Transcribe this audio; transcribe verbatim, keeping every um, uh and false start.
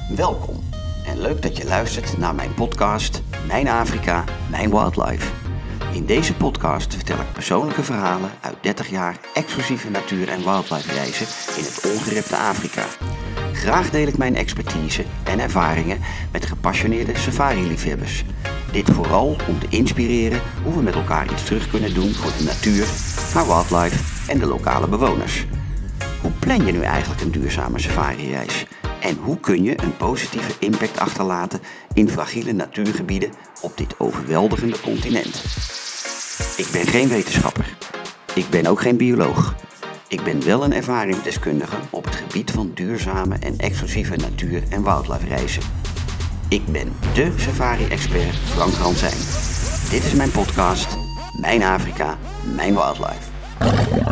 Welkom en leuk dat je luistert naar mijn podcast Mijn Afrika, Mijn Wildlife. In deze podcast vertel ik persoonlijke verhalen uit dertig jaar exclusieve natuur- en wildlife reizen in het ongerepte Afrika. Graag deel ik mijn expertise en ervaringen met gepassioneerde safari-liefhebbers. Dit vooral om te inspireren hoe we met elkaar iets terug kunnen doen voor de natuur, haar wildlife en de lokale bewoners. Hoe plan je nu eigenlijk een duurzame safari-reis? En hoe kun je een positieve impact achterlaten in fragiele natuurgebieden op dit overweldigende continent? Ik ben geen wetenschapper. Ik ben ook geen bioloog. Ik ben wel een ervaringsdeskundige op het gebied van duurzame en exclusieve natuur- en wildlife reizen. Ik ben dé safari-expert Frank Ransijn. Dit is mijn podcast, Mijn Afrika, Mijn Wildlife.